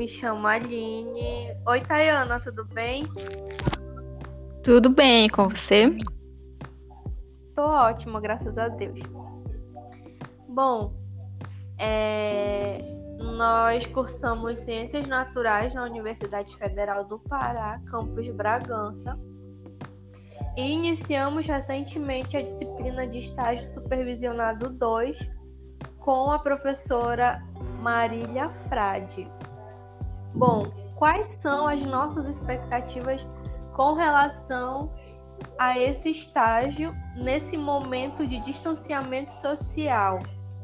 me chamo Aline. Oi, Tayana, tudo bem? Tudo bem com você? Tô ótima, graças a Deus. Bom, nós cursamos Ciências Naturais na Universidade Federal do Pará, campus Bragança, e iniciamos recentemente a disciplina de Estágio Supervisionado 2 com a professora Marília Frade. Bom, quais são as nossas expectativas com relação a esse estágio nesse momento de distanciamento social?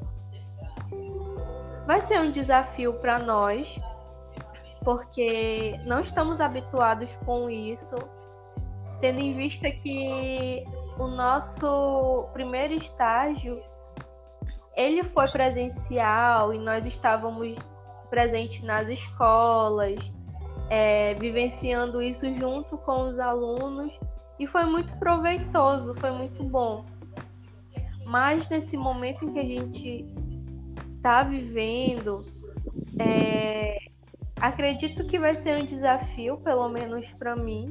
Vai ser um desafio para nós, porque não estamos habituados com isso, tendo em vista que o nosso primeiro estágio ele foi presencial e nós estávamos presentes nas escolas, vivenciando isso junto com os alunos, e foi muito proveitoso, foi muito bom. Mas nesse momento em que a gente está vivendo, acredito que vai ser um desafio, pelo menos para mim,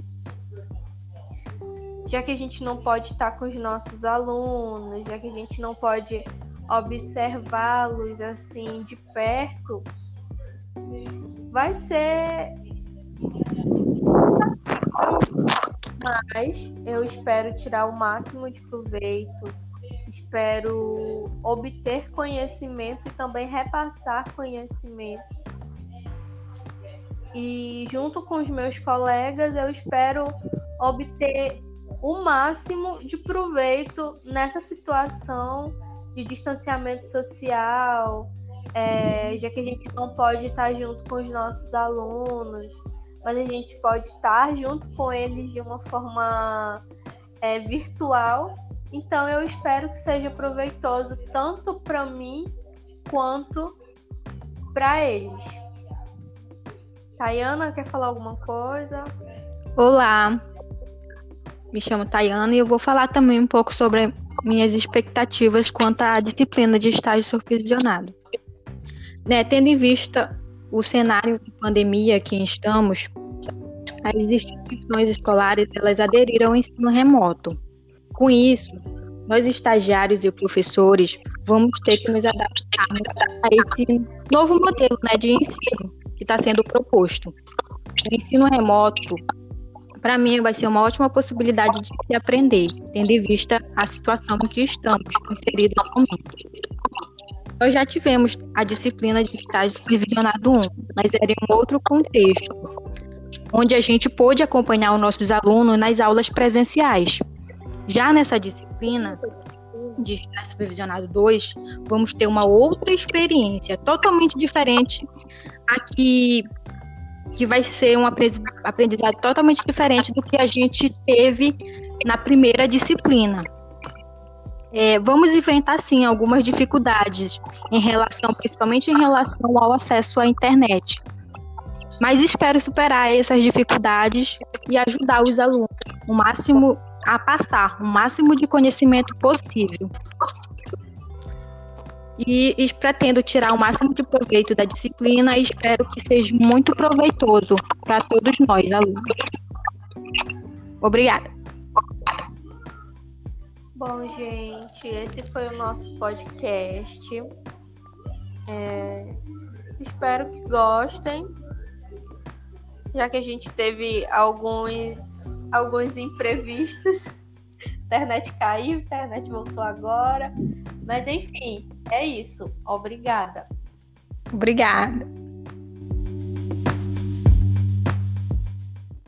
já que a gente não pode estar com os nossos alunos, já que a gente não pode observá-los assim de perto, vai ser. Mas eu espero tirar o máximo de proveito, espero obter conhecimento e também repassar conhecimento. E junto com os meus colegas, eu espero obter o máximo de proveito nessa situação de distanciamento social, já que a gente não pode estar junto com os nossos alunos, mas a gente pode estar junto com eles de uma forma virtual. Então eu espero que seja proveitoso tanto para mim quanto para eles. Tayana, quer falar alguma coisa? Olá, me chamo Tayana e eu vou falar também um pouco sobre minhas expectativas quanto à disciplina de estágio supervisionado. Tendo em vista o cenário de pandemia que estamos, as instituições escolares elas aderiram ao ensino remoto. Com isso, nós estagiários e professores vamos ter que nos adaptar a esse novo modelo de ensino que está sendo proposto. O ensino remoto, para mim, vai ser uma ótima possibilidade de se aprender, tendo em vista a situação em que estamos inseridos atualmente. Nós já tivemos a disciplina de estágio supervisionado 1, mas era em um outro contexto, onde a gente pôde acompanhar os nossos alunos nas aulas presenciais. Já nessa disciplina de estágio supervisionado 2, vamos ter uma outra experiência totalmente diferente aqui, que vai ser um aprendizado totalmente diferente do que a gente teve na primeira disciplina. Vamos enfrentar, sim, algumas dificuldades, principalmente em relação ao acesso à internet. Mas espero superar essas dificuldades e ajudar os alunos a passar o máximo de conhecimento possível. E pretendo tirar o máximo de proveito da disciplina e espero que seja muito proveitoso para todos nós, alunos. Obrigada. Bom, gente, esse foi o nosso podcast. Espero que gostem, já que a gente teve alguns imprevistos. A internet caiu, a internet voltou agora. Mas, enfim, é isso. Obrigada. Obrigada.